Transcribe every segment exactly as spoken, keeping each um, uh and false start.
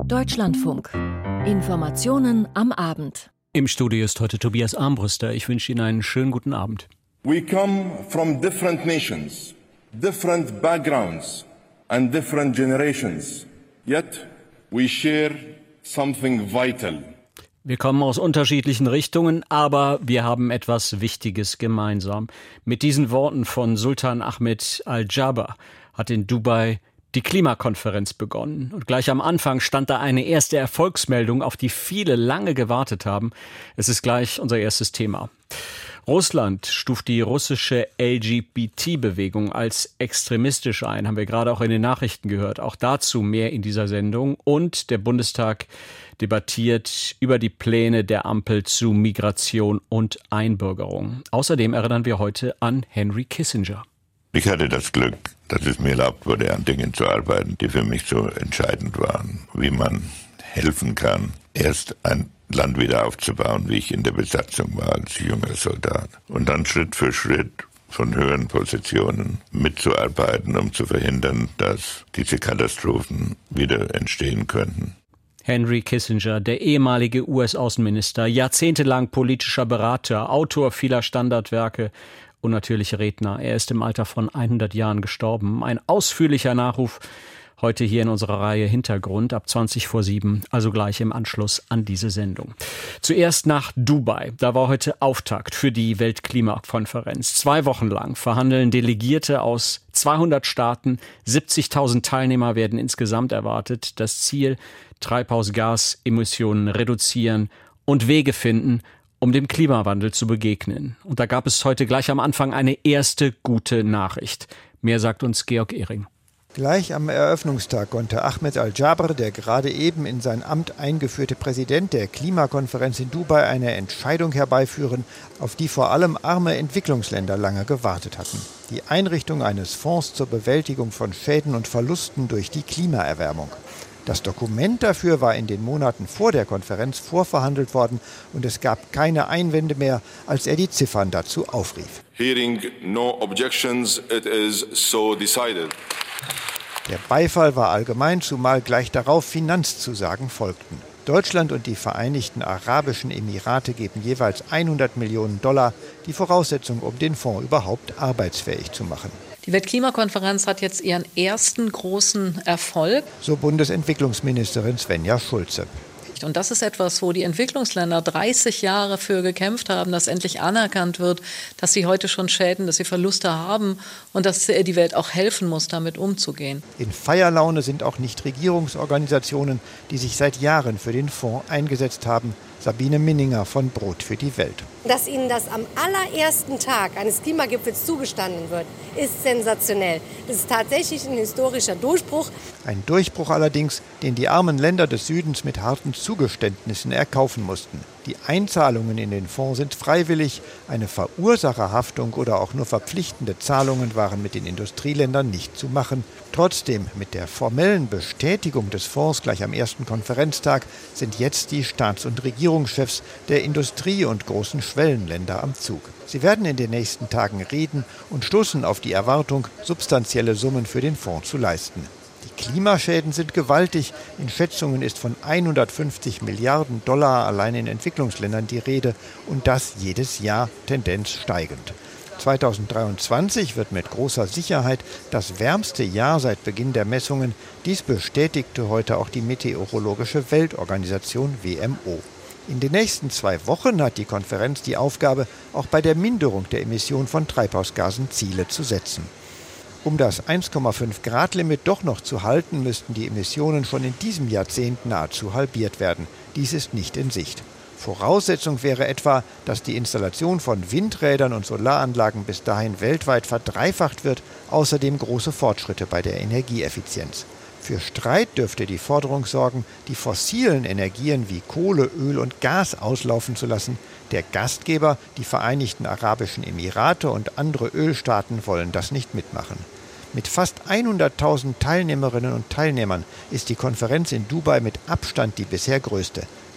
Deutschlandfunk. Informationen am Abend. Im Studio ist heute Tobias Armbruster. Ich wünsche Ihnen einen schönen guten Abend. We come from different nations, different backgrounds and different generations. Yet we share something vital. Wir kommen aus unterschiedlichen Richtungen, aber wir haben etwas Wichtiges gemeinsam. Mit diesen Worten von Sultan Ahmed Al-Jaber hat in Dubai die Klimakonferenz begonnen. Und gleich am Anfang stand da eine erste Erfolgsmeldung, auf die viele lange gewartet haben. Es ist gleich unser erstes Thema. Russland stuft die russische L G B T-Bewegung als extremistisch ein, haben wir gerade auch in den Nachrichten gehört. Auch dazu mehr in dieser Sendung. Und der Bundestag debattiert über die Pläne der Ampel zu Migration und Einbürgerung. Außerdem erinnern wir heute an Henry Kissinger. Ich hatte das Glück, dass es mir erlaubt wurde, an Dingen zu arbeiten, die für mich so entscheidend waren. Wie man helfen kann, erst ein Land wieder aufzubauen, wie ich in der Besatzung war als junger Soldat. Und dann Schritt für Schritt von höheren Positionen mitzuarbeiten, um zu verhindern, dass diese Katastrophen wieder entstehen könnten. Henry Kissinger, der ehemalige U S-Außenminister, jahrzehntelang politischer Berater, Autor vieler Standardwerke und natürlich Redner. Er ist im Alter von hundert Jahren gestorben. Ein ausführlicher Nachruf heute hier in unserer Reihe Hintergrund ab zwanzig vor sieben, also gleich im Anschluss an diese Sendung. Zuerst nach Dubai. Da war heute Auftakt für die Weltklimakonferenz. Zwei Wochen lang verhandeln Delegierte aus zweihundert Staaten. siebzigtausend Teilnehmer werden insgesamt erwartet. Das Ziel: Treibhausgasemissionen reduzieren und Wege finden, um dem Klimawandel zu begegnen. Und da gab es heute gleich am Anfang eine erste gute Nachricht. Mehr sagt uns Georg Ehring. Gleich am Eröffnungstag konnte Ahmed Al-Jaber, der gerade eben in sein Amt eingeführte Präsident der Klimakonferenz in Dubai, eine Entscheidung herbeiführen, auf die vor allem arme Entwicklungsländer lange gewartet hatten. Die Einrichtung eines Fonds zur Bewältigung von Schäden und Verlusten durch die Klimaerwärmung. Das Dokument dafür war in den Monaten vor der Konferenz vorverhandelt worden und es gab keine Einwände mehr, als er die Ziffern dazu aufrief. Hearing no objections, it is so decided. Der Beifall war allgemein, zumal gleich darauf Finanzzusagen folgten. Deutschland und die Vereinigten Arabischen Emirate geben jeweils hundert Millionen Dollar, die Voraussetzung, um den Fonds überhaupt arbeitsfähig zu machen. Die Weltklimakonferenz hat jetzt ihren ersten großen Erfolg, so Bundesentwicklungsministerin Svenja Schulze. Und das ist etwas, wo die Entwicklungsländer dreißig Jahre für gekämpft haben, dass endlich anerkannt wird, dass sie heute schon Schäden, dass sie Verluste haben und dass die Welt auch helfen muss, damit umzugehen. In Feierlaune sind auch Nichtregierungsorganisationen, die sich seit Jahren für den Fonds eingesetzt haben. Sabine Minninger von Brot für die Welt. Dass Ihnen das am allerersten Tag eines Klimagipfels zugestanden wird, ist sensationell. Das ist tatsächlich ein historischer Durchbruch. Ein Durchbruch allerdings, den die armen Länder des Südens mit harten Zugeständnissen erkaufen mussten. Die Einzahlungen in den Fonds sind freiwillig. Eine Verursacherhaftung oder auch nur verpflichtende Zahlungen waren mit den Industrieländern nicht zu machen. Trotzdem, mit der formellen Bestätigung des Fonds gleich am ersten Konferenztag sind jetzt die Staats- und Regierungschefs der Industrie- und großen Schwellenländer am Zug. Sie werden in den nächsten Tagen reden und stoßen auf die Erwartung, substanzielle Summen für den Fonds zu leisten. Die Klimaschäden sind gewaltig. In Schätzungen ist von hundertfünfzig Milliarden Dollar allein in Entwicklungsländern die Rede und das jedes Jahr, Tendenz steigend. zweitausenddreiundzwanzig wird mit großer Sicherheit das wärmste Jahr seit Beginn der Messungen. Dies bestätigte heute auch die Meteorologische Weltorganisation W M O. In den nächsten zwei Wochen hat die Konferenz die Aufgabe, auch bei der Minderung der Emission von Treibhausgasen Ziele zu setzen. Um das eins Komma fünf Grad Limit doch noch zu halten, müssten die Emissionen schon in diesem Jahrzehnt nahezu halbiert werden. Dies ist nicht in Sicht. Voraussetzung wäre etwa, dass die Installation von Windrädern und Solaranlagen bis dahin weltweit verdreifacht wird, außerdem große Fortschritte bei der Energieeffizienz. Für Streit dürfte die Forderung sorgen, die fossilen Energien wie Kohle, Öl und Gas auslaufen zu lassen. Der Gastgeber, die Vereinigten Arabischen Emirate und andere Ölstaaten wollen das nicht mitmachen. Mit fast hunderttausend Teilnehmerinnen und Teilnehmern ist die Konferenz in Dubai mit Abstand die bisher größte.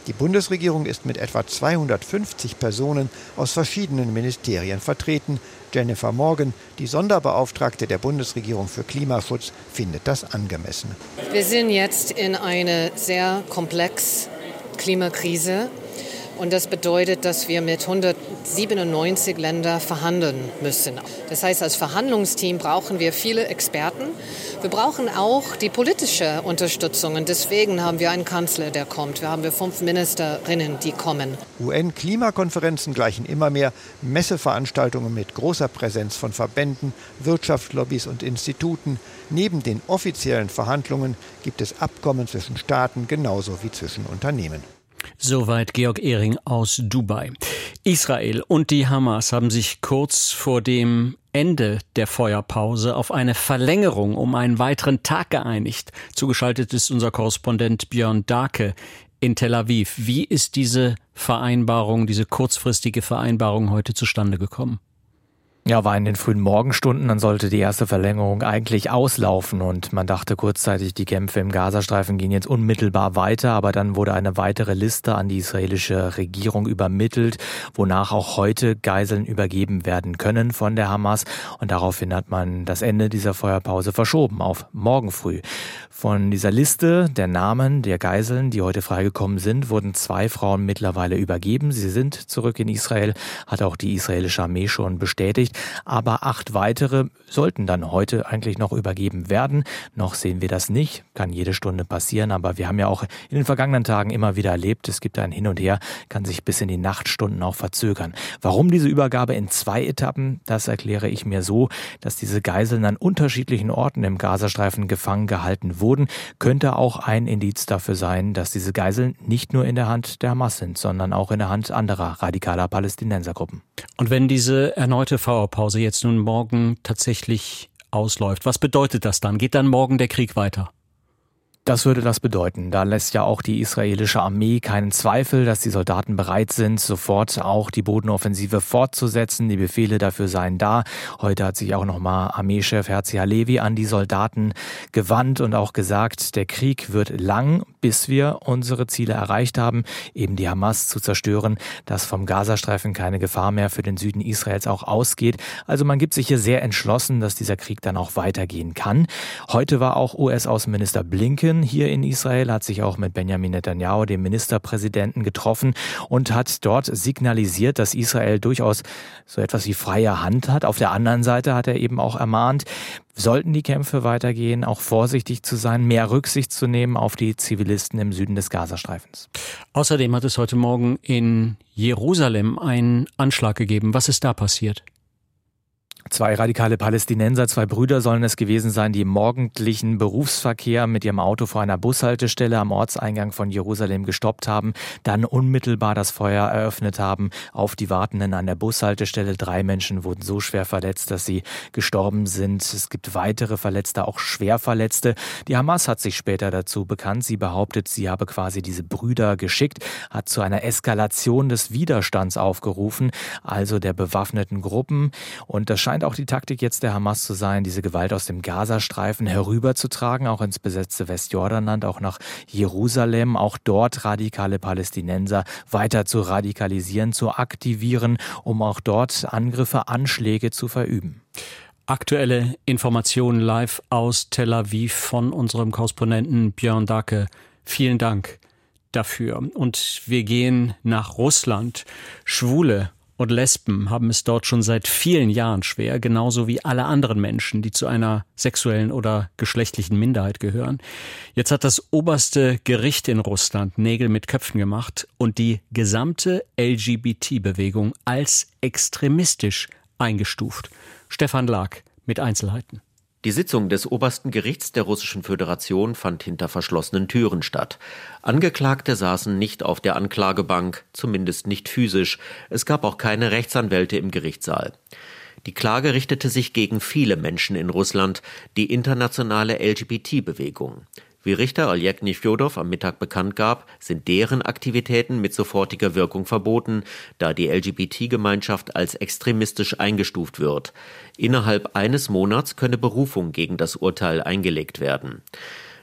Die Bundesregierung ist mit etwa zweihundertfünfzig Personen aus verschiedenen Ministerien vertreten. Jennifer Morgan, die Sonderbeauftragte der Bundesregierung für Klimaschutz, findet das angemessen. Wir sind jetzt in einer sehr komplexen Klimakrise. Und das bedeutet, dass wir mit hundertsiebenundneunzig Ländern verhandeln müssen. Das heißt, als Verhandlungsteam brauchen wir viele Experten. Wir brauchen auch die politische Unterstützung. Und deswegen haben wir einen Kanzler, der kommt. Wir haben wir fünf Ministerinnen, die kommen. U N-Klimakonferenzen gleichen immer mehr Messeveranstaltungen mit großer Präsenz von Verbänden, Wirtschaftslobbys und Instituten. Neben den offiziellen Verhandlungen gibt es Abkommen zwischen Staaten genauso wie zwischen Unternehmen. Soweit Georg Ehring aus Dubai. Israel und die Hamas haben sich kurz vor dem Ende der Feuerpause auf eine Verlängerung um einen weiteren Tag geeinigt. Zugeschaltet ist unser Korrespondent Björn Darke in Tel Aviv. Wie ist diese Vereinbarung, diese kurzfristige Vereinbarung heute zustande gekommen? Ja, war in den frühen Morgenstunden, dann sollte die erste Verlängerung eigentlich auslaufen und man dachte kurzzeitig, die Kämpfe im Gazastreifen gehen jetzt unmittelbar weiter, aber dann wurde eine weitere Liste an die israelische Regierung übermittelt, wonach auch heute Geiseln übergeben werden können von der Hamas und daraufhin hat man das Ende dieser Feuerpause verschoben auf morgen früh. Von dieser Liste der Namen der Geiseln, die heute freigekommen sind, wurden zwei Frauen mittlerweile übergeben. Sie sind zurück in Israel, hat auch die israelische Armee schon bestätigt. Aber acht weitere sollten dann heute eigentlich noch übergeben werden. Noch sehen wir das nicht, kann jede Stunde passieren. Aber wir haben ja auch in den vergangenen Tagen immer wieder erlebt, es gibt ein Hin und Her, kann sich bis in die Nachtstunden auch verzögern. Warum diese Übergabe in zwei Etappen, das erkläre ich mir so, dass diese Geiseln an unterschiedlichen Orten im Gazastreifen gefangen gehalten wurden, könnte auch ein Indiz dafür sein, dass diese Geiseln nicht nur in der Hand der Hamas sind, sondern auch in der Hand anderer radikaler Palästinensergruppen. Und wenn diese erneute Feuerpause jetzt nun morgen tatsächlich ausläuft, was bedeutet das dann? Geht dann morgen der Krieg weiter? Das würde das bedeuten. Da lässt ja auch die israelische Armee keinen Zweifel, dass die Soldaten bereit sind, sofort auch die Bodenoffensive fortzusetzen. Die Befehle dafür seien da. Heute hat sich auch nochmal Armeechef Herzi Halevi an die Soldaten gewandt und auch gesagt, der Krieg wird lang, bis wir unsere Ziele erreicht haben, eben die Hamas zu zerstören, dass vom Gazastreifen keine Gefahr mehr für den Süden Israels auch ausgeht. Also man gibt sich hier sehr entschlossen, dass dieser Krieg dann auch weitergehen kann. Heute war auch U S-Außenminister Blinken hier in Israel, hat sich auch mit Benjamin Netanyahu, dem Ministerpräsidenten, getroffen und hat dort signalisiert, dass Israel durchaus so etwas wie freie Hand hat. Auf der anderen Seite hat er eben auch ermahnt, sollten die Kämpfe weitergehen, auch vorsichtig zu sein, mehr Rücksicht zu nehmen auf die Zivilisten im Süden des Gazastreifens. Außerdem hat es heute Morgen in Jerusalem einen Anschlag gegeben. Was ist da passiert? Zwei radikale Palästinenser, zwei Brüder sollen es gewesen sein, die im morgendlichen Berufsverkehr mit ihrem Auto vor einer Bushaltestelle am Ortseingang von Jerusalem gestoppt haben, dann unmittelbar das Feuer eröffnet haben auf die Wartenden an der Bushaltestelle. Drei Menschen wurden so schwer verletzt, dass sie gestorben sind. Es gibt weitere Verletzte, auch Schwerverletzte. Die Hamas hat sich später dazu bekannt. Sie behauptet, sie habe quasi diese Brüder geschickt, hat zu einer Eskalation des Widerstands aufgerufen, also der bewaffneten Gruppen. Und das scheint auch die Taktik jetzt der Hamas zu sein, diese Gewalt aus dem Gazastreifen herüberzutragen, auch ins besetzte Westjordanland, auch nach Jerusalem, auch dort radikale Palästinenser weiter zu radikalisieren, zu aktivieren, um auch dort Angriffe, Anschläge zu verüben. Aktuelle Informationen live aus Tel Aviv von unserem Korrespondenten Björn Darke. Vielen Dank dafür. Und wir gehen nach Russland. Schwule und Lesben haben es dort schon seit vielen Jahren schwer, genauso wie alle anderen Menschen, die zu einer sexuellen oder geschlechtlichen Minderheit gehören. Jetzt hat das oberste Gericht in Russland Nägel mit Köpfen gemacht und die gesamte L G B T-Bewegung als extremistisch eingestuft. Stefan Lag mit Einzelheiten. Die Sitzung des obersten Gerichts der Russischen Föderation fand hinter verschlossenen Türen statt. Angeklagte saßen nicht auf der Anklagebank, zumindest nicht physisch. Es gab auch keine Rechtsanwälte im Gerichtssaal. Die Klage richtete sich gegen viele Menschen in Russland, die internationale L G B T-Bewegung. Wie Richter Oleg Nefjodov am Mittag bekannt gab, sind deren Aktivitäten mit sofortiger Wirkung verboten, da die L G B T-Gemeinschaft als extremistisch eingestuft wird. Innerhalb eines Monats könne Berufung gegen das Urteil eingelegt werden.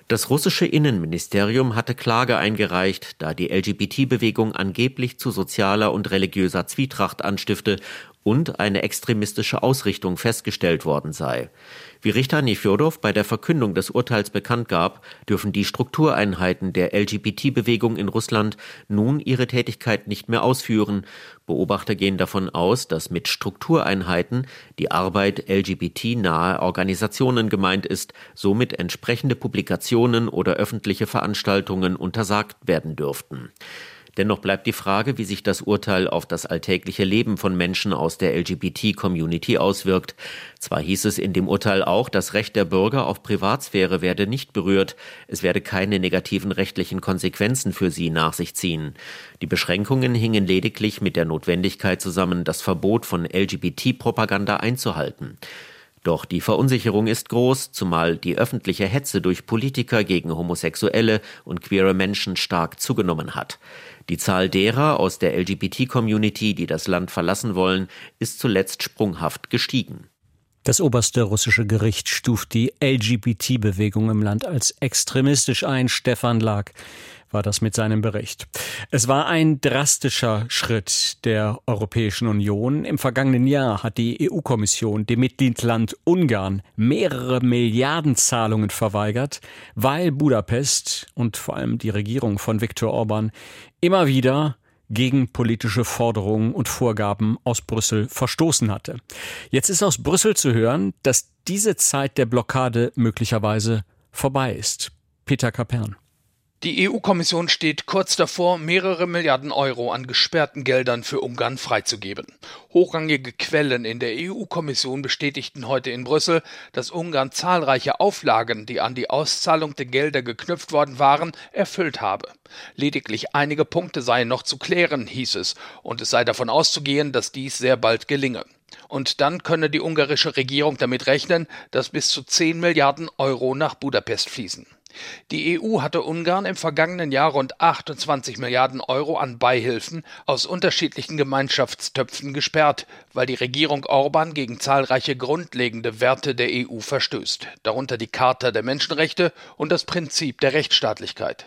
Das russische Innenministerium hatte Klage eingereicht, da die L G B T-Bewegung angeblich zu sozialer und religiöser Zwietracht anstifte und eine extremistische Ausrichtung festgestellt worden sei. Wie Richter Nefjodow bei der Verkündung des Urteils bekannt gab, dürfen die Struktureinheiten der L G B T-Bewegung in Russland nun ihre Tätigkeit nicht mehr ausführen. Beobachter gehen davon aus, dass mit Struktureinheiten die Arbeit L G B T-nahe Organisationen gemeint ist, somit entsprechende Publikationen oder öffentliche Veranstaltungen untersagt werden dürften. Dennoch bleibt die Frage, wie sich das Urteil auf das alltägliche Leben von Menschen aus der L G B T-Community auswirkt. Zwar hieß es in dem Urteil auch, das Recht der Bürger auf Privatsphäre werde nicht berührt, es werde keine negativen rechtlichen Konsequenzen für sie nach sich ziehen. Die Beschränkungen hingen lediglich mit der Notwendigkeit zusammen, das Verbot von L G B T-Propaganda einzuhalten. Doch die Verunsicherung ist groß, zumal die öffentliche Hetze durch Politiker gegen homosexuelle und queere Menschen stark zugenommen hat. Die Zahl derer aus der L G B T-Community, die das Land verlassen wollen, ist zuletzt sprunghaft gestiegen. Das oberste russische Gericht stuft die L G B T-Bewegung im Land als extremistisch ein. Stefan Lag war das mit seinem Bericht. Es war ein drastischer Schritt der Europäischen Union. Im vergangenen Jahr hat die E U-Kommission dem Mitgliedsland Ungarn mehrere Milliardenzahlungen verweigert, weil Budapest und vor allem die Regierung von Viktor Orban immer wieder gegen politische Forderungen und Vorgaben aus Brüssel verstoßen hatte. Jetzt ist aus Brüssel zu hören, dass diese Zeit der Blockade möglicherweise vorbei ist. Peter Kapern. Die E U-Kommission steht kurz davor, mehrere Milliarden Euro an gesperrten Geldern für Ungarn freizugeben. Hochrangige Quellen in der E U-Kommission bestätigten heute in Brüssel, dass Ungarn zahlreiche Auflagen, die an die Auszahlung der Gelder geknüpft worden waren, erfüllt habe. Lediglich einige Punkte seien noch zu klären, hieß es, und es sei davon auszugehen, dass dies sehr bald gelinge. Und dann könne die ungarische Regierung damit rechnen, dass bis zu zehn Milliarden Euro nach Budapest fließen. Die E U hatte Ungarn im vergangenen Jahr rund achtundzwanzig Milliarden Euro an Beihilfen aus unterschiedlichen Gemeinschaftstöpfen gesperrt, weil die Regierung Orban gegen zahlreiche grundlegende Werte der E U verstößt, darunter die Charta der Menschenrechte und das Prinzip der Rechtsstaatlichkeit.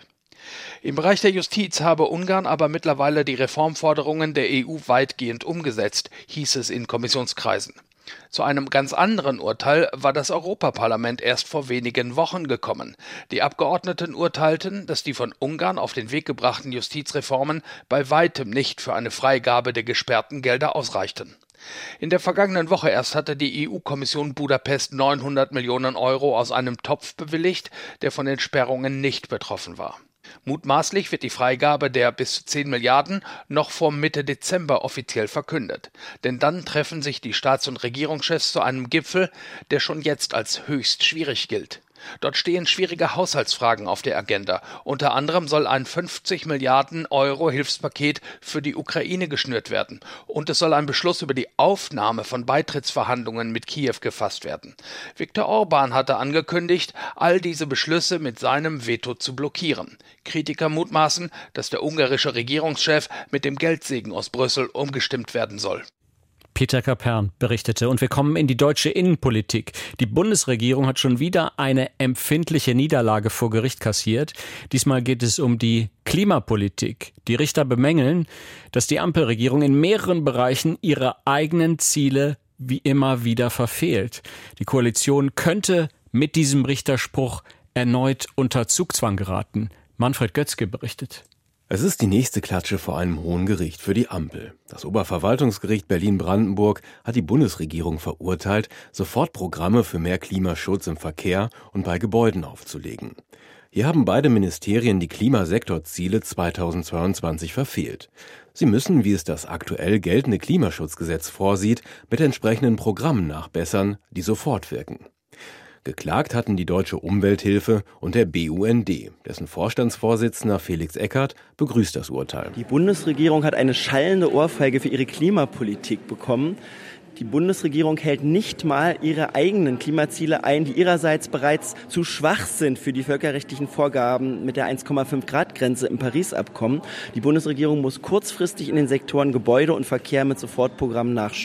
Im Bereich der Justiz habe Ungarn aber mittlerweile die Reformforderungen der E U weitgehend umgesetzt, hieß es in Kommissionskreisen. Zu einem ganz anderen Urteil war das Europaparlament erst vor wenigen Wochen gekommen. Die Abgeordneten urteilten, dass die von Ungarn auf den Weg gebrachten Justizreformen bei weitem nicht für eine Freigabe der gesperrten Gelder ausreichten. In der vergangenen Woche erst hatte die E U-Kommission Budapest neunhundert Millionen Euro aus einem Topf bewilligt, der von den Sperrungen nicht betroffen war. Mutmaßlich wird die Freigabe der bis zu zehn Milliarden noch vor Mitte Dezember offiziell verkündet. Denn dann treffen sich die Staats- und Regierungschefs zu einem Gipfel, der schon jetzt als höchst schwierig gilt. Dort stehen schwierige Haushaltsfragen auf der Agenda. Unter anderem soll ein fünfzig Milliarden Euro Hilfspaket für die Ukraine geschnürt werden. Und es soll ein Beschluss über die Aufnahme von Beitrittsverhandlungen mit Kiew gefasst werden. Viktor Orban hatte angekündigt, all diese Beschlüsse mit seinem Veto zu blockieren. Kritiker mutmaßen, dass der ungarische Regierungschef mit dem Geldsegen aus Brüssel umgestimmt werden soll. Peter Kapern berichtete. Und wir kommen in die deutsche Innenpolitik. Die Bundesregierung hat schon wieder eine empfindliche Niederlage vor Gericht kassiert. Diesmal geht es um die Klimapolitik. Die Richter bemängeln, dass die Ampelregierung in mehreren Bereichen ihre eigenen Ziele wie immer wieder verfehlt. Die Koalition könnte mit diesem Richterspruch erneut unter Zugzwang geraten. Manfred Götzke berichtet. Es ist die nächste Klatsche vor einem hohen Gericht für die Ampel. Das Oberverwaltungsgericht Berlin-Brandenburg hat die Bundesregierung verurteilt, Sofortprogramme für mehr Klimaschutz im Verkehr und bei Gebäuden aufzulegen. Hier haben beide Ministerien die Klimasektorziele zweitausendzweiundzwanzig verfehlt. Sie müssen, wie es das aktuell geltende Klimaschutzgesetz vorsieht, mit entsprechenden Programmen nachbessern, die sofort wirken. Geklagt hatten die Deutsche Umwelthilfe und der B U N D. Dessen Vorstandsvorsitzender Felix Eckert begrüßt das Urteil. Die Bundesregierung hat eine schallende Ohrfeige für ihre Klimapolitik bekommen. Die Bundesregierung hält nicht mal ihre eigenen Klimaziele ein, die ihrerseits bereits zu schwach sind für die völkerrechtlichen Vorgaben mit der eins Komma fünf Grad Grenze im Paris-Abkommen. Die Bundesregierung muss kurzfristig in den Sektoren Gebäude und Verkehr mit Sofortprogrammen nachsteuern.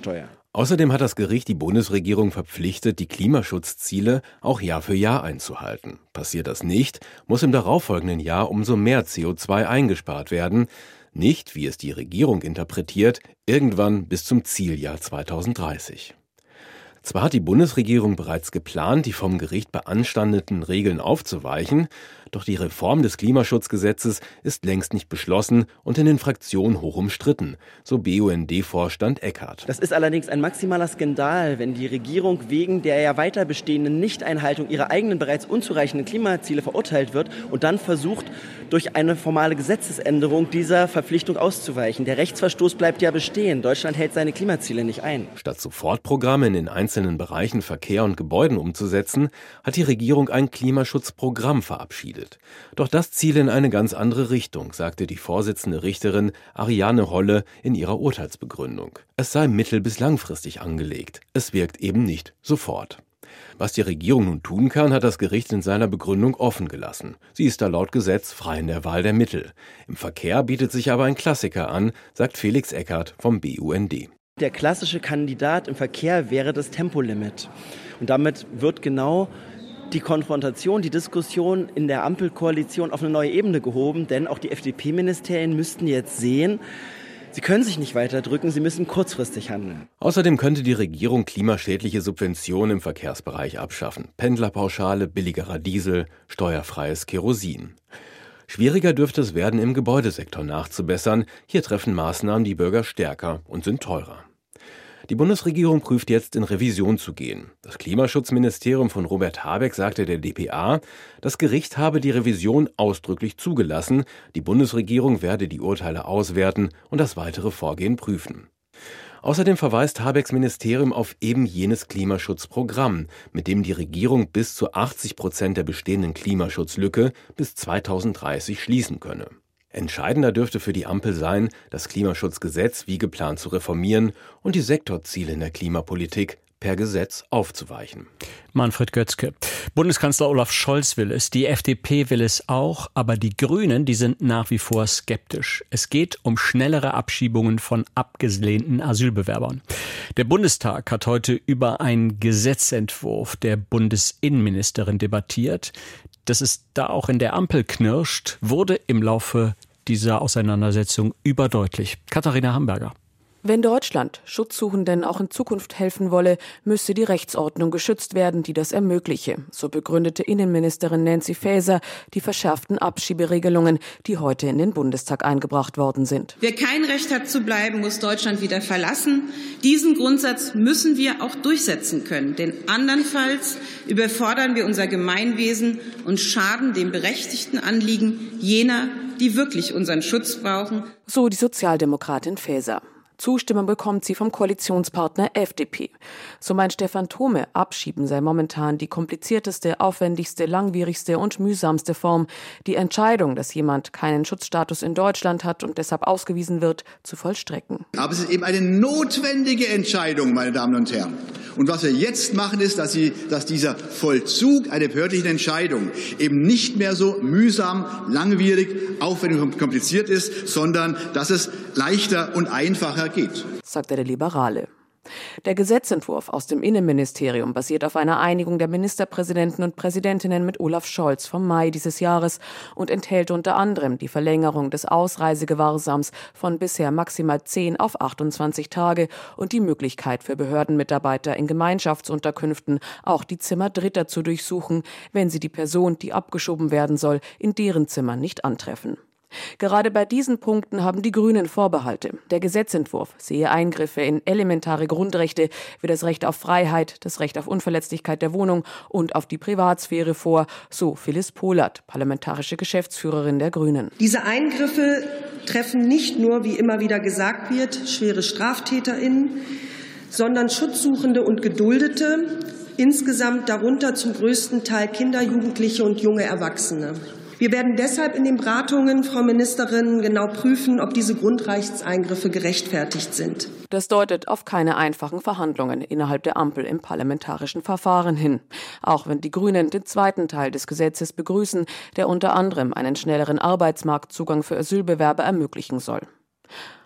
Außerdem hat das Gericht die Bundesregierung verpflichtet, die Klimaschutzziele auch Jahr für Jahr einzuhalten. Passiert das nicht, muss im darauffolgenden Jahr umso mehr C O zwei eingespart werden. Nicht, wie es die Regierung interpretiert, irgendwann bis zum Zieljahr zweitausenddreißig. Zwar hat die Bundesregierung bereits geplant, die vom Gericht beanstandeten Regeln aufzuweichen, doch die Reform des Klimaschutzgesetzes ist längst nicht beschlossen und in den Fraktionen hoch umstritten, so B U N D-Vorstand Eckhardt. Das ist allerdings ein maximaler Skandal, wenn die Regierung wegen der ja weiter bestehenden Nichteinhaltung ihrer eigenen bereits unzureichenden Klimaziele verurteilt wird und dann versucht, durch eine formale Gesetzesänderung dieser Verpflichtung auszuweichen. Der Rechtsverstoß bleibt ja bestehen. Deutschland hält seine Klimaziele nicht ein. Statt Sofortprogramme in den einzelnen Bereichen Verkehr und Gebäuden umzusetzen, hat die Regierung ein Klimaschutzprogramm verabschiedet. Doch das ziele in eine ganz andere Richtung, sagte die Vorsitzende Richterin Ariane Holle in ihrer Urteilsbegründung. Es sei mittel- bis langfristig angelegt. Es wirkt eben nicht sofort. Was die Regierung nun tun kann, hat das Gericht in seiner Begründung offen gelassen. Sie ist da laut Gesetz frei in der Wahl der Mittel. Im Verkehr bietet sich aber ein Klassiker an, sagt Felix Eckhardt vom B U N D. Der klassische Kandidat im Verkehr wäre das Tempolimit. Und damit wird genau die Konfrontation, die Diskussion in der Ampelkoalition auf eine neue Ebene gehoben, denn auch die F D P-Ministerien müssten jetzt sehen, sie können sich nicht weiter drücken, sie müssen kurzfristig handeln. Außerdem könnte die Regierung klimaschädliche Subventionen im Verkehrsbereich abschaffen. Pendlerpauschale, billigerer Diesel, steuerfreies Kerosin. Schwieriger dürfte es werden, im Gebäudesektor nachzubessern. Hier treffen Maßnahmen die Bürger stärker und sind teurer. Die Bundesregierung prüft jetzt, in Revision zu gehen. Das Klimaschutzministerium von Robert Habeck sagte der D P A, das Gericht habe die Revision ausdrücklich zugelassen. Die Bundesregierung werde die Urteile auswerten und das weitere Vorgehen prüfen. Außerdem verweist Habecks Ministerium auf eben jenes Klimaschutzprogramm, mit dem die Regierung bis zu achtzig Prozent der bestehenden Klimaschutzlücke bis zweitausenddreißig schließen könne. Entscheidender dürfte für die Ampel sein, das Klimaschutzgesetz wie geplant zu reformieren und die Sektorziele in der Klimapolitik per Gesetz aufzuweichen. Manfred Götzke. Bundeskanzler Olaf Scholz will es, die F D P will es auch, aber die Grünen, die sind nach wie vor skeptisch. Es geht um schnellere Abschiebungen von abgelehnten Asylbewerbern. Der Bundestag hat heute über einen Gesetzentwurf der Bundesinnenministerin debattiert. Dass es da auch in der Ampel knirscht, wurde im Laufe dieser Auseinandersetzung überdeutlich. Katharina Hamburger. Wenn Deutschland Schutzsuchenden auch in Zukunft helfen wolle, müsse die Rechtsordnung geschützt werden, die das ermögliche. So begründete Innenministerin Nancy Faeser die verschärften Abschieberegelungen, die heute in den Bundestag eingebracht worden sind. Wer kein Recht hat zu bleiben, muss Deutschland wieder verlassen. Diesen Grundsatz müssen wir auch durchsetzen können, denn andernfalls überfordern wir unser Gemeinwesen und schaden dem berechtigten Anliegen jener, die wirklich unseren Schutz brauchen. So die Sozialdemokratin Faeser. Zustimmung bekommt sie vom Koalitionspartner F D P. So meint Stefan Thome, Abschieben sei momentan die komplizierteste, aufwendigste, langwierigste und mühsamste Form. Die Entscheidung, dass jemand keinen Schutzstatus in Deutschland hat und deshalb ausgewiesen wird, zu vollstrecken. Aber es ist eben eine notwendige Entscheidung, meine Damen und Herren. Und was wir jetzt machen, ist, dass, sie, dass dieser Vollzug einer behördlichen Entscheidung eben nicht mehr so mühsam, langwierig, aufwendig und kompliziert ist, sondern dass es leichter und einfacher geht, sagte der Liberale. Der Gesetzentwurf aus dem Innenministerium basiert auf einer Einigung der Ministerpräsidenten und Präsidentinnen mit Olaf Scholz vom Mai dieses Jahres und enthält unter anderem die Verlängerung des Ausreisegewahrsams von bisher maximal zehn auf achtundzwanzig Tage und die Möglichkeit für Behördenmitarbeiter in Gemeinschaftsunterkünften auch die Zimmer Dritter zu durchsuchen, wenn sie die Person, die abgeschoben werden soll, in deren Zimmer nicht antreffen. Gerade bei diesen Punkten haben die Grünen Vorbehalte. Der Gesetzentwurf sehe Eingriffe in elementare Grundrechte wie das Recht auf Freiheit, das Recht auf Unverletzlichkeit der Wohnung und auf die Privatsphäre vor, so Phyllis Pohlert, parlamentarische Geschäftsführerin der Grünen. Diese Eingriffe treffen nicht nur, wie immer wieder gesagt wird, schwere StraftäterInnen, sondern Schutzsuchende und Geduldete, insgesamt darunter zum größten Teil Kinder, Jugendliche und junge Erwachsene. Wir werden deshalb in den Beratungen, Frau Ministerin, genau prüfen, ob diese Grundrechtseingriffe gerechtfertigt sind. Das deutet auf keine einfachen Verhandlungen innerhalb der Ampel im parlamentarischen Verfahren hin. Auch wenn die Grünen den zweiten Teil des Gesetzes begrüßen, der unter anderem einen schnelleren Arbeitsmarktzugang für Asylbewerber ermöglichen soll.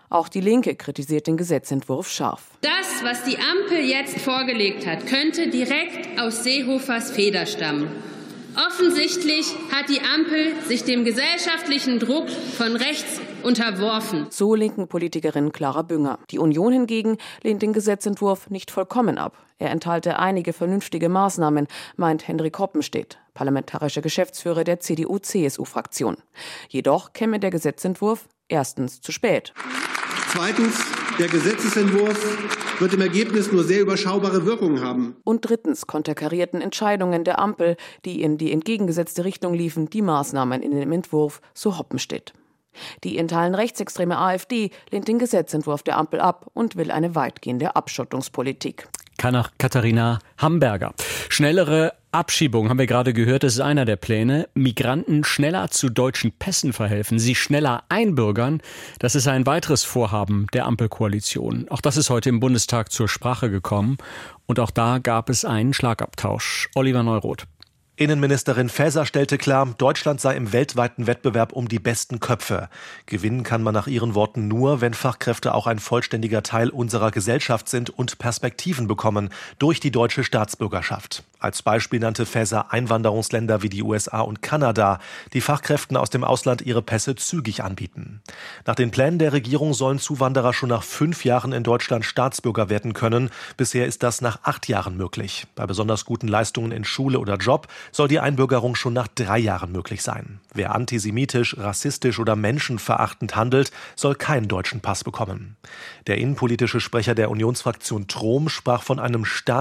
Auch die Linke kritisiert den Gesetzentwurf scharf. Das, was die Ampel jetzt vorgelegt hat, könnte direkt aus Seehofers Feder stammen. Offensichtlich hat die Ampel sich dem gesellschaftlichen Druck von rechts unterworfen. So linken Politikerin Clara Bünger. Die Union hingegen lehnt den Gesetzentwurf nicht vollkommen ab. Er enthalte einige vernünftige Maßnahmen, meint Hendrik Hoppenstedt, parlamentarischer Geschäftsführer der C D U C S U-Fraktion. Jedoch käme der Gesetzentwurf erstens zu spät. Zweitens, der Gesetzesentwurf wird im Ergebnis nur sehr überschaubare Wirkungen haben. Und drittens konterkarierten Entscheidungen der Ampel, die in die entgegengesetzte Richtung liefen, die Maßnahmen in dem Entwurf, so Hoppenstedt. Die in Teilen rechtsextreme AfD lehnt den Gesetzentwurf der Ampel ab und will eine weitgehende Abschottungspolitik. Katharina Hamburger. Schnellere Abschiebung, haben wir gerade gehört, das ist einer der Pläne. Migranten schneller zu deutschen Pässen verhelfen, sie schneller einbürgern. Das ist ein weiteres Vorhaben der Ampelkoalition. Auch das ist heute im Bundestag zur Sprache gekommen. Und auch da gab es einen Schlagabtausch. Oliver Neuroth. Innenministerin Faeser stellte klar, Deutschland sei im weltweiten Wettbewerb um die besten Köpfe. Gewinnen kann man nach ihren Worten nur, wenn Fachkräfte auch ein vollständiger Teil unserer Gesellschaft sind und Perspektiven bekommen durch die deutsche Staatsbürgerschaft. Als Beispiel nannte Faeser Einwanderungsländer wie die U S A und Kanada, die Fachkräften aus dem Ausland ihre Pässe zügig anbieten. Nach den Plänen der Regierung sollen Zuwanderer schon nach fünf Jahren in Deutschland Staatsbürger werden können. Bisher ist das nach acht Jahren möglich. Bei besonders guten Leistungen in Schule oder Job soll die Einbürgerung schon nach drei Jahren möglich sein. Wer antisemitisch, rassistisch oder menschenverachtend handelt, soll keinen deutschen Pass bekommen. Der innenpolitische Sprecher der Unionsfraktion Trom sprach von einem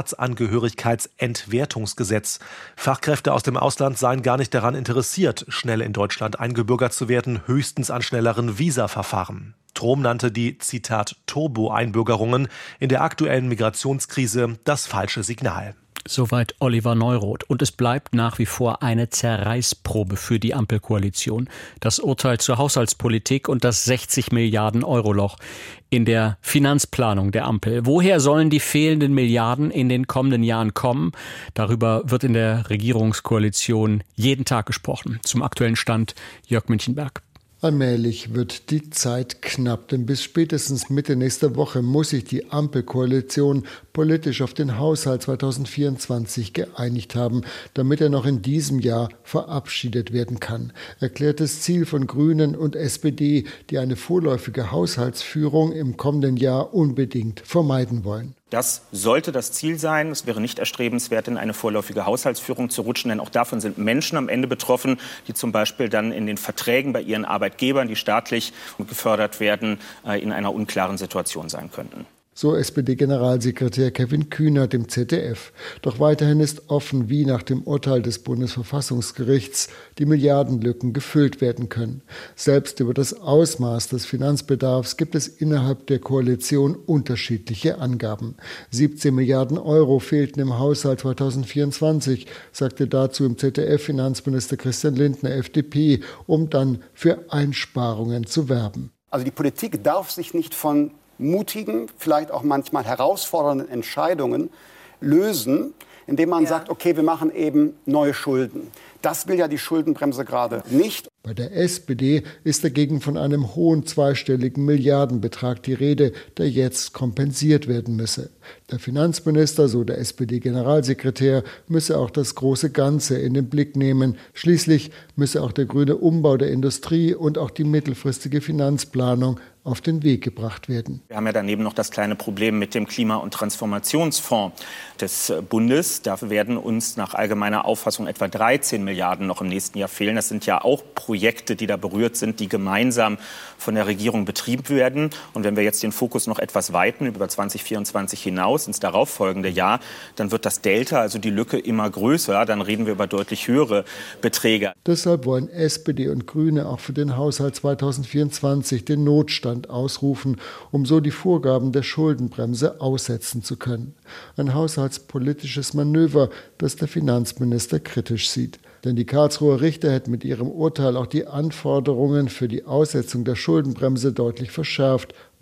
Staatsangehörigkeitsentwertungsgesetz. Fachkräfte aus dem Ausland seien gar nicht daran interessiert, schnell in Deutschland eingebürgert zu werden, höchstens an schnelleren Visa-Verfahren. Trom nannte die, Zitat, Turbo-Einbürgerungen in der aktuellen Migrationskrise das falsche Signal. Soweit Oliver Neuroth. Und es bleibt nach wie vor eine Zerreißprobe für die Ampelkoalition. Das Urteil zur Haushaltspolitik und das sechzig Milliarden Euro Loch in der Finanzplanung der Ampel. Woher sollen die fehlenden Milliarden in den kommenden Jahren kommen? Darüber wird in der Regierungskoalition jeden Tag gesprochen. Zum aktuellen Stand Jörg Münchenberg. Allmählich wird die Zeit knapp, denn bis spätestens Mitte nächster Woche muss sich die Ampelkoalition politisch auf den Haushalt zweitausendvierundzwanzig geeinigt haben, damit er noch in diesem Jahr verabschiedet werden kann. Erklärtes Ziel von Grünen und S P D, die eine vorläufige Haushaltsführung im kommenden Jahr unbedingt vermeiden wollen. Das sollte das Ziel sein. Es wäre nicht erstrebenswert, in eine vorläufige Haushaltsführung zu rutschen, denn auch davon sind Menschen am Ende betroffen, die zum Beispiel dann in den Verträgen bei ihren Arbeitgebern, die staatlich gefördert werden, in einer unklaren Situation sein könnten. So S P D-Generalsekretär Kevin Kühnert im Z D F. Doch weiterhin ist offen, wie nach dem Urteil des Bundesverfassungsgerichts die Milliardenlücken gefüllt werden können. Selbst über das Ausmaß des Finanzbedarfs gibt es innerhalb der Koalition unterschiedliche Angaben. siebzehn Milliarden Euro fehlten im Haushalt zweitausendvierundzwanzig, sagte dazu im Z D F Finanzminister Christian Lindner, F D P, um dann für Einsparungen zu werben. Also die Politik darf sich nicht von mutigen, vielleicht auch manchmal herausfordernden Entscheidungen lösen, indem man ja. sagt, okay, wir machen eben neue Schulden. Das will ja die Schuldenbremse gerade nicht. Bei der S P D ist dagegen von einem hohen zweistelligen Milliardenbetrag die Rede, der jetzt kompensiert werden müsse. Der Finanzminister, so der S P D-Generalsekretär, müsse auch das große Ganze in den Blick nehmen. Schließlich müsse auch der grüne Umbau der Industrie und auch die mittelfristige Finanzplanung auf den Weg gebracht werden. Wir haben ja daneben noch das kleine Problem mit dem Klima- und Transformationsfonds des Bundes. Dafür werden uns nach allgemeiner Auffassung etwa dreizehn Milliarden noch im nächsten Jahr fehlen. Das sind ja auch Projekte, die da berührt sind, die gemeinsam von der Regierung betrieben werden. Und wenn wir jetzt den Fokus noch etwas weiten, über zwanzig vierundzwanzig hinaus, ins darauffolgende Jahr, dann wird das Delta, also die Lücke, immer größer. Dann reden wir über deutlich höhere Beträge. Deshalb wollen S P D und Grüne auch für den Haushalt zweitausendvierundzwanzig den Notstand ausrufen, um so die Vorgaben der Schuldenbremse aussetzen zu können. Ein haushaltspolitisches Manöver, das der Finanzminister kritisch sieht. Denn die Karlsruher Richter hätten mit ihrem Urteil auch die Anforderungen für die Aussetzung der Schuldenbremse deutlich verschärft,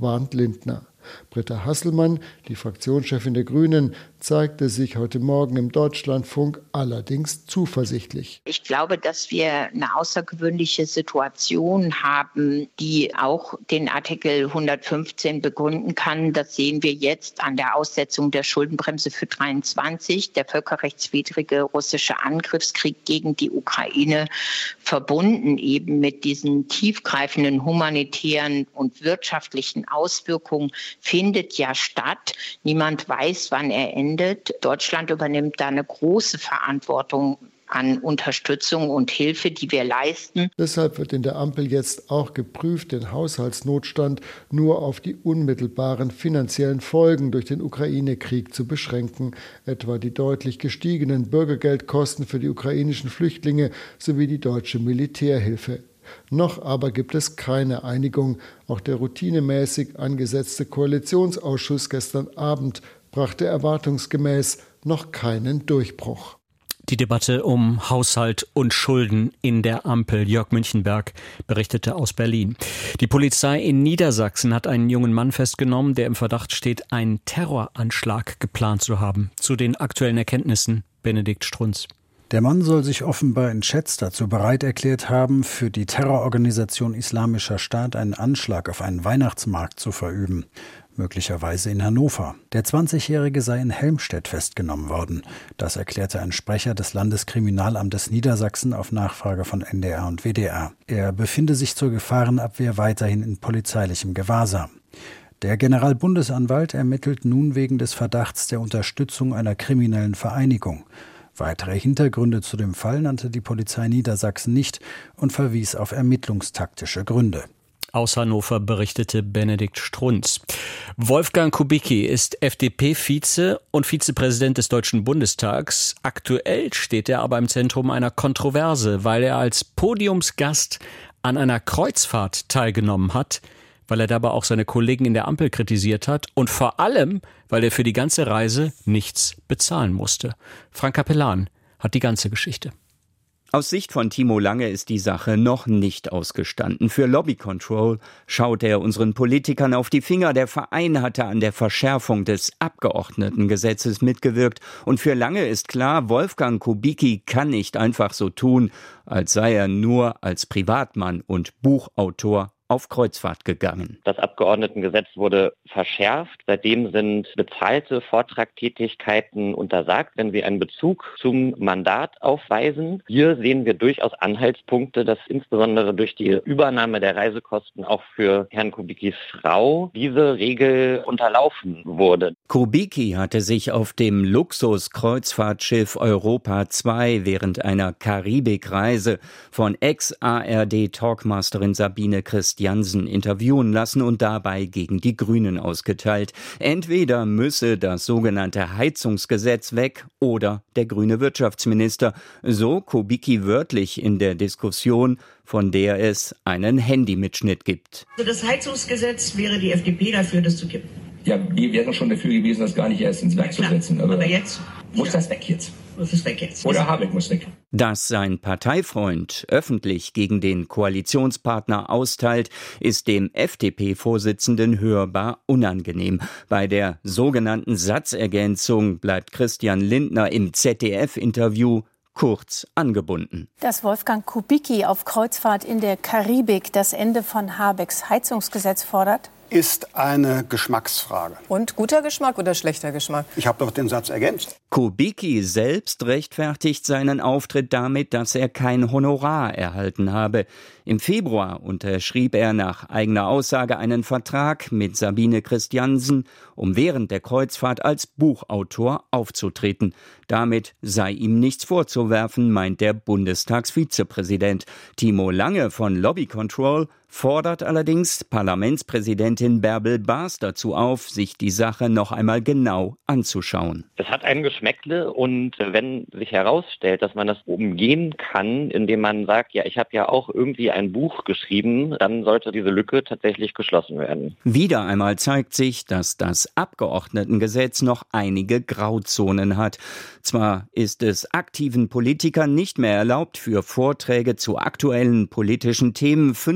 warnt Lindner. Britta Hasselmann, die Fraktionschefin der Grünen, zeigte sich heute Morgen im Deutschlandfunk allerdings zuversichtlich. Ich glaube, dass wir eine außergewöhnliche Situation haben, die auch den Artikel hundertfünfzehn begründen kann. Das sehen wir jetzt an der Aussetzung der Schuldenbremse für dreiundzwanzig, der völkerrechtswidrige russische Angriffskrieg gegen die Ukraine, verbunden eben mit diesen tiefgreifenden humanitären und wirtschaftlichen Auswirkungen, findet ja statt. Niemand weiß, wann er endet. Deutschland übernimmt da eine große Verantwortung an Unterstützung und Hilfe, die wir leisten. Deshalb wird in der Ampel jetzt auch geprüft, den Haushaltsnotstand nur auf die unmittelbaren finanziellen Folgen durch den Ukraine-Krieg zu beschränken, etwa die deutlich gestiegenen Bürgergeldkosten für die ukrainischen Flüchtlinge sowie die deutsche Militärhilfe. Noch aber gibt es keine Einigung. Auch der routinemäßig angesetzte Koalitionsausschuss gestern Abend brachte erwartungsgemäß noch keinen Durchbruch. Die Debatte um Haushalt und Schulden in der Ampel. Jörg Münchenberg berichtete aus Berlin. Die Polizei in Niedersachsen hat einen jungen Mann festgenommen, der im Verdacht steht, einen Terroranschlag geplant zu haben. Zu den aktuellen Erkenntnissen Benedikt Strunz. Der Mann soll sich offenbar in Chats dazu bereit erklärt haben, für die Terrororganisation Islamischer Staat einen Anschlag auf einen Weihnachtsmarkt zu verüben. Möglicherweise in Hannover. Der zwanzigjährige sei in Helmstedt festgenommen worden. Das erklärte ein Sprecher des Landeskriminalamtes Niedersachsen auf Nachfrage von N D R und W D R. Er befinde sich zur Gefahrenabwehr weiterhin in polizeilichem Gewahrsam. Der Generalbundesanwalt ermittelt nun wegen des Verdachts der Unterstützung einer kriminellen Vereinigung. Weitere Hintergründe zu dem Fall nannte die Polizei Niedersachsen nicht und verwies auf ermittlungstaktische Gründe. Aus Hannover berichtete Benedikt Strunz. Wolfgang Kubicki ist F D P-Vize und Vizepräsident des Deutschen Bundestags. Aktuell steht er aber im Zentrum einer Kontroverse, weil er als Podiumsgast an einer Kreuzfahrt teilgenommen hat, weil er dabei auch seine Kollegen in der Ampel kritisiert hat und vor allem, weil er für die ganze Reise nichts bezahlen musste. Frank Capellan hat die ganze Geschichte. Aus Sicht von Timo Lange ist die Sache noch nicht ausgestanden. Für Lobby Control schaute er unseren Politikern auf die Finger. Der Verein hatte an der Verschärfung des Abgeordnetengesetzes mitgewirkt. Und für Lange ist klar, Wolfgang Kubicki kann nicht einfach so tun, als sei er nur als Privatmann und Buchautor auf Kreuzfahrt gegangen. Das Abgeordnetengesetz wurde verschärft. Seitdem sind bezahlte Vortragtätigkeiten untersagt, wenn wir einen Bezug zum Mandat aufweisen. Hier sehen wir durchaus Anhaltspunkte, dass insbesondere durch die Übernahme der Reisekosten auch für Herrn Kubickis Frau diese Regel unterlaufen wurde. Kubicki hatte sich auf dem Luxus-Kreuzfahrtschiff Europa zwei während einer Karibikreise von Ex-A R D-Talkmasterin Sabine Christiansen interviewen lassen und dabei gegen die Grünen ausgeteilt. Entweder müsse das sogenannte Heizungsgesetz weg oder der grüne Wirtschaftsminister. So Kubicki wörtlich in der Diskussion, von der es einen Handymitschnitt gibt. Also das Heizungsgesetz wäre die F D P dafür, das zu kippen. Ja, wir wären schon dafür gewesen, das gar nicht erst ins Werk zu setzen. Aber, aber jetzt? Muss das weg jetzt? Muss es weg jetzt? Oder Habeck muss weg. Dass sein Parteifreund öffentlich gegen den Koalitionspartner austeilt, ist dem F D P-Vorsitzenden hörbar unangenehm. Bei der sogenannten Satzergänzung bleibt Christian Lindner im Z D F-Interview kurz angebunden. Dass Wolfgang Kubicki auf Kreuzfahrt in der Karibik das Ende von Habecks Heizungsgesetz fordert? Ist eine Geschmacksfrage. Und guter Geschmack oder schlechter Geschmack? Ich habe doch den Satz ergänzt. Kubicki selbst rechtfertigt seinen Auftritt damit, dass er kein Honorar erhalten habe. Im Februar unterschrieb er nach eigener Aussage einen Vertrag mit Sabine Christiansen, um während der Kreuzfahrt als Buchautor aufzutreten. Damit sei ihm nichts vorzuwerfen, meint der Bundestagsvizepräsident. Timo Lange von Lobby Control fordert allerdings Parlamentspräsidentin Bärbel Baas dazu auf, sich die Sache noch einmal genau anzuschauen. Es hat ein Geschmäckle und wenn sich herausstellt, dass man das umgehen kann, indem man sagt, ja, ich habe ja auch irgendwie ein Buch geschrieben, dann sollte diese Lücke tatsächlich geschlossen werden. Wieder einmal zeigt sich, dass das Abgeordnetengesetz noch einige Grauzonen hat. Zwar ist es aktiven Politikern nicht mehr erlaubt, für Vorträge zu aktuellen politischen Themen fünfstellige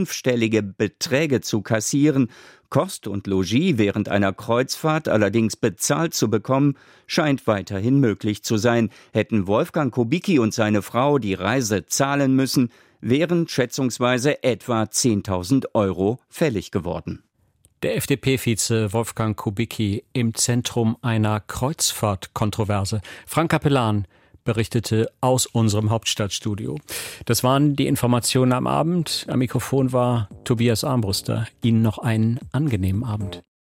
dreistellige Beträge zu kassieren. Kost und Logis während einer Kreuzfahrt allerdings bezahlt zu bekommen, scheint weiterhin möglich zu sein. Hätten Wolfgang Kubicki und seine Frau die Reise zahlen müssen, wären schätzungsweise etwa zehntausend Euro fällig geworden. Der F D P-Vize Wolfgang Kubicki im Zentrum einer Kreuzfahrtkontroverse. Frank Capellan berichtete aus unserem Hauptstadtstudio. Das waren die Informationen am Abend. Am Mikrofon war Tobias Armbruster. Ihnen noch einen angenehmen Abend.